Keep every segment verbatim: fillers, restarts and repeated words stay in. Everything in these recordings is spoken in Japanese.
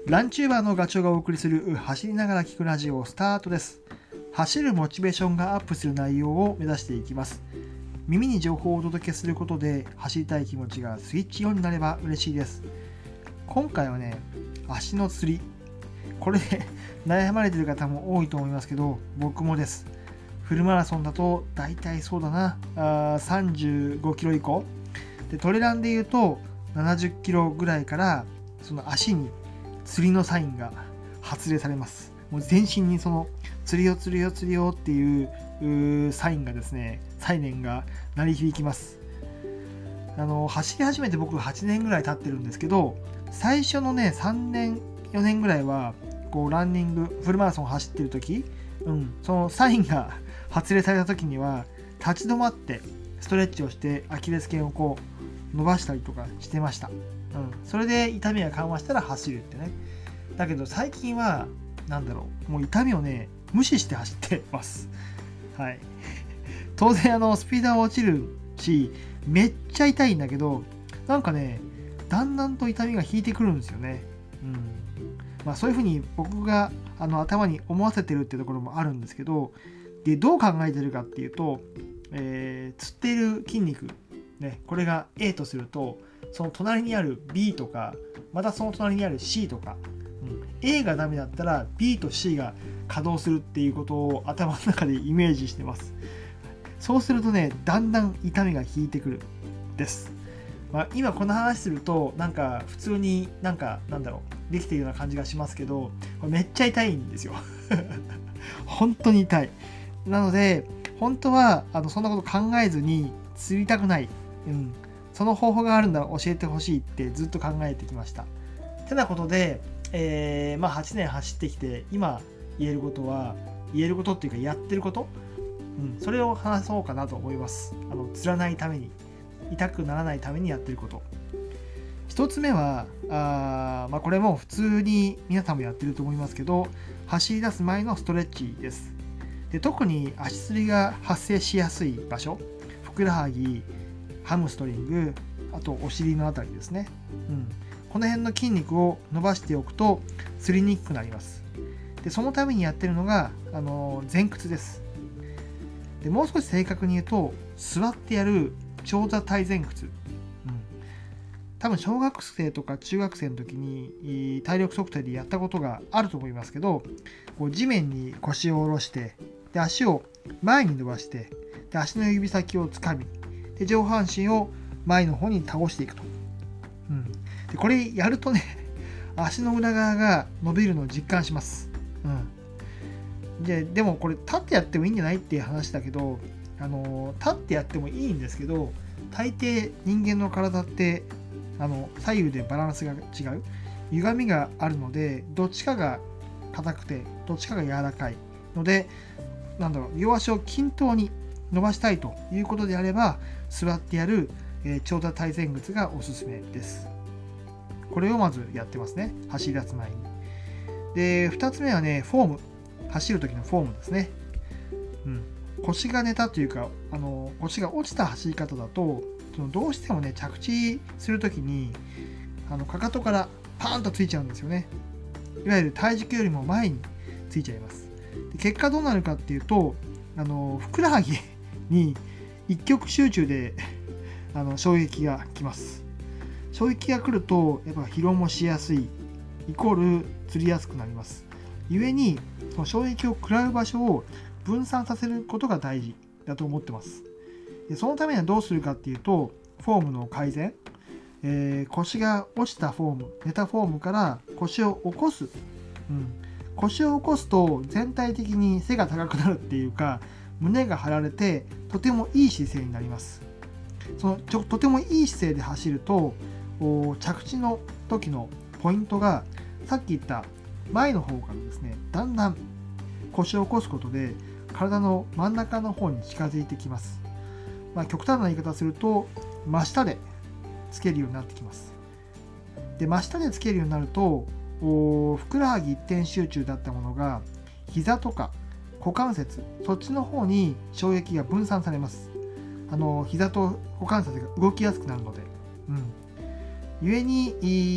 ランチューバーのガチョウがお送りする走りながら聞くラジオスタートです。走るモチベーションがアップする内容を目指していきます。耳に情報をお届けすることで走りたい気持ちがスイッチオンになれば嬉しいです。今回はね、足のつり、これで悩まれている方も多いと思いますけど、僕もです。フルマラソンだと大体そうだな、あさんじゅうごキロ以降で、トレランでいうとななじゅっキロぐらいからその足に釣りのサインが発令されます。もう全身にその釣りよ釣りよ釣りよっていうサインがですね、サイレンが鳴り響きます。あの走り始めて僕はちねんぐらい経ってるんですけど、最初のねさんねんよねんぐらいはこうランニングフルマラソンを走ってる時、うん、そのサインが発令された時には立ち止まってストレッチをしてアキレス腱をこう伸ばしたりとかしてました。うん、それで痛みが緩和したら走るってね。だけど最近はなんだろう、もう痛みをね無視して走ってます。はい。当然あのスピードは落ちるしめっちゃ痛いんだけど、なんかねだんだんと痛みが引いてくるんですよね。うん。まあそういうふうに僕があの頭に思わせてるってところもあるんですけど、でどう考えてるかっていうと、えー、つっている筋肉ね、これが A とすると、その隣にある B とか、またその隣にある C とか、うん、A がダメだったら B と C が稼働するっていうことを頭の中でイメージしてます。そうするとね、だんだん痛みが引いてくるです。まあ、今この話するとなんか普通になんかなんだろうできているような感じがしますけど、これめっちゃ痛いんですよ。本当に痛い。なので本当はあのそんなこと考えずに釣りたくない、うん、その方法があるんだら教えてほしいってずっと考えてきました。てなことで、えーまあ、はちねん走ってきて今言えることは言えることっていうかやってること、うん、それを話そうかなと思います。あの釣らないために、痛くならないためにやってること。一つ目はあ、まあ、これも普通に皆さんもやってると思いますけど、走り出す前のストレッチです。で特に足つりが発生しやすい場所、ふくらはぎ、ハムストリング、あとお尻のあたりですね、うん、この辺の筋肉を伸ばしておくと釣りにくくなります。でそのためにやってるのがあの前屈です。でもう少し正確に言うと座ってやる長座体前屈、うん、多分小学生とか中学生の時に体力測定でやったことがあると思いますけど、こう地面に腰を下ろしてで足を前に伸ばしてで足の指先をつかみで上半身を前の方に倒していくと、うん、でこれやるとね足の裏側が伸びるのを実感します、うん、で, でもこれ立ってやってもいいんじゃないっていう話だけど、あの立ってやってもいいんですけど、大抵人間の体ってあの左右でバランスが違う、歪みがあるのでどっちかが硬くてどっちかが柔らかいので、なんだろう、両足を均等に伸ばしたいということであれば座ってやる、えー、長座体前屈がおすすめです。これをまずやってますね、走り出す前に。でふたつめはね、フォーム、走る時のフォームですね、うん、腰が寝たというかあの腰が落ちた走り方だとそのどうしてもね着地する時にあのかかとからパーンとついちゃうんですよね。いわゆる体軸よりも前についちゃいます。で結果どうなるかっていうと、あのふくらはぎに一極集中であの衝撃がきます。衝撃が来るとやっぱ疲労もしやすいイコール釣りやすくなります。故にその衝撃を食らう場所を分散させることが大事だと思ってます。でそのためにはどうするかっていうと、フォームの改善、えー、腰が落ちたフォーム、寝たフォームから腰を起こす、うん、腰を起こすと全体的に背が高くなるっていうか、胸が張られてとてもいい姿勢になります。そのちょとてもいい姿勢で走ると着地の時のポイントがさっき言った前の方からですね、だんだん腰を起こすことで体の真ん中の方に近づいてきます。まあ、極端な言い方をすると真下でつけるようになってきます。で真下でつけるようになるとふくらはぎ一点集中だったものが膝とか股関節、そっちの方に衝撃が分散されます。あの膝と股関節が動きやすくなるので、うん、故に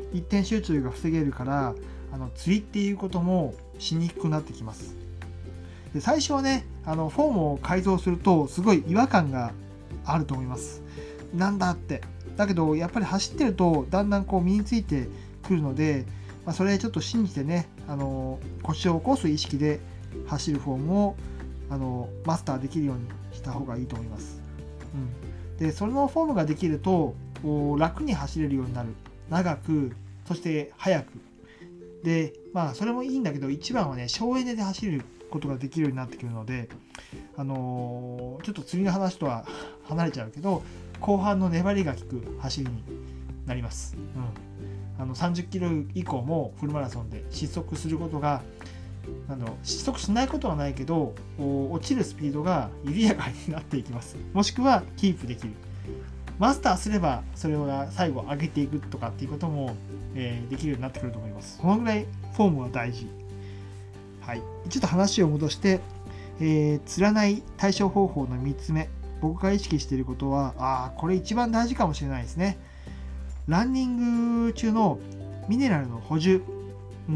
一点集中が防げるから、あの釣りっていうこともしにくくなってきます。で最初はね、あのフォームを改造するとすごい違和感があると思います。なんだって。だけどやっぱり走ってるとだんだんこう身についてくるので、まあ、それちょっと信じてね、あの腰を起こす意識で走るフォームをあのマスターできるようにした方がいいと思います。うん、でそのフォームができると楽に走れるようになる。長く、そして速く。でまあそれもいいんだけど、一番はね、省エネで走ることができるようになってくるので、あのー、ちょっと釣りの話とは離れちゃうけど、後半の粘りが効く走りになります。うん、あのさんじゅっキロ以降もフルマラソンで失速することが、あの失速しないことはないけど、落ちるスピードが緩やかになっていきます。もしくはキープできる。マスターすればそれを最後上げていくとかっていうことも、えー、できるようになってくると思います。このぐらいフォームは大事。はい、ちょっと話を戻して、えー、釣らない対処方法のみっつめ、僕が意識していることは、あこれ一番大事かもしれないですね。ランニング中のミネラルの補充。うん、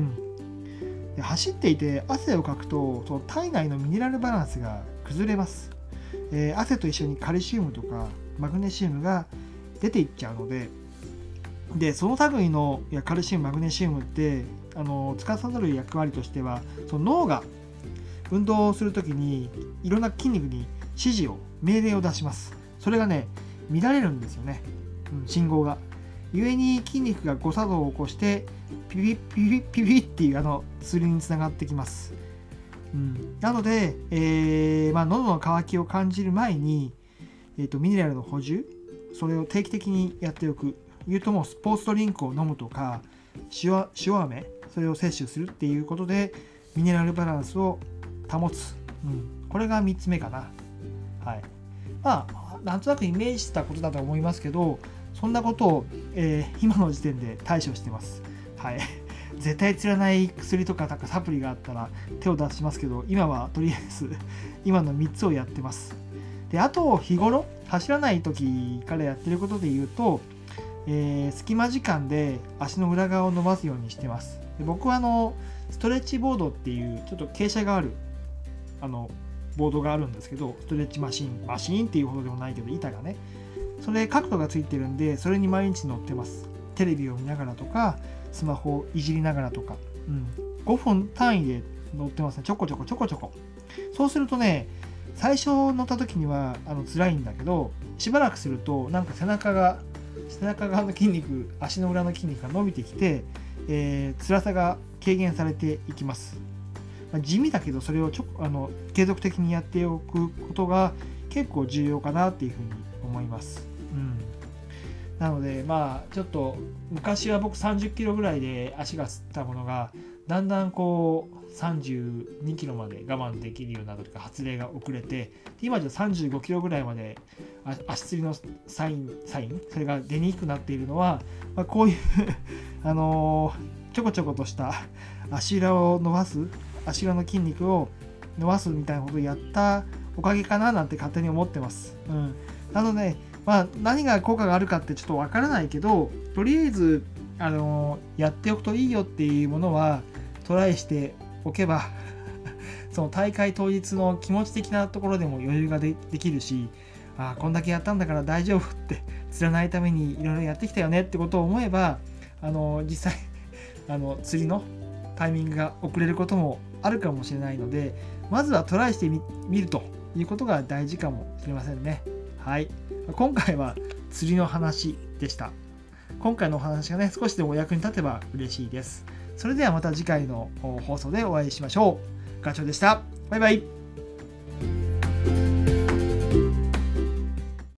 で走っていて汗をかくと、その体内のミネラルバランスが崩れます。えー、汗と一緒にカルシウムとかマグネシウムが出ていっちゃうので、でその類のいやカルシウムマグネシウムってあの司る役割としては、その脳が運動をするときにいろんな筋肉に指示を命令を出します。それがね乱れるんですよね、うん、信号が。故に筋肉が誤作動を起こしてピピピピピピっていうあの釣りにつながってきます。うん、なので、えーまあ、喉の渇きを感じる前に、えーと、ミネラルの補充、それを定期的にやっておく。言うともうスポーツドリンクを飲むとか、塩、塩飴、それを摂取するっていうことでミネラルバランスを保つ。うん、これがみっつめかな。はい。まあ、なんとなくイメージしたことだと思いますけど、そんなことを、えー、今の時点で対処してます。はい。絶対釣らない薬とかなんかサプリがあったら手を出しますけど、今はとりあえず今のみっつをやってます。であと日頃走らない時からやってることで言うと、えー、隙間時間で足の裏側を伸ばすようにしてます。で僕はあのストレッチボードっていうちょっと傾斜があるあのボードがあるんですけど、ストレッチマシンマシンっていうほどでもないけど板がね、それ角度がついてるんで、それに毎日乗ってます。テレビを見ながらとかスマホをいじりながらとか、うん、ごふん単位で乗ってますね。ちょこちょこちょこちょこ。そうするとね、最初乗った時にはあの辛いんだけど、しばらくするとなんか背中が背中側の筋肉、足の裏の筋肉が伸びてきて、えー、辛さが軽減されていきます。まあ、地味だけどそれをちょあの継続的にやっておくことが結構重要かなっていうふうに思います。うん、なのでまあちょっと昔は僕さんじゅっキロぐらいで足がつったものが、だんだんこうさんじゅうにキロまで我慢できるようになるとか、発令が遅れて、今じゃさんじゅうごキロぐらいまで足つりのサインサインそれが出にくくなっているのは、まあ、こういうあのー、ちょこちょことした足裏を伸ばす足裏の筋肉を伸ばすみたいなことをやったおかげかななんて勝手に思ってます。うん、なので、まあ、何が効果があるかってちょっとわからないけど、とりあえず、あのー、やっておくといいよっていうものはトライしておけばその大会当日の気持ち的なところでも余裕が で, できるし、あこんだけやったんだから大丈夫って、釣らないためにいろいろやってきたよねってことを思えば、あの実際あの釣りのタイミングが遅れることもあるかもしれないので、まずはトライして み, 見るということが大事かもしれませんね。はい、今回は釣りの話でした。今回のお話がね、少しでもお役に立てば嬉しいです。それではまた次回の放送でお会いしましょう。ガチョウでした。バイバイ。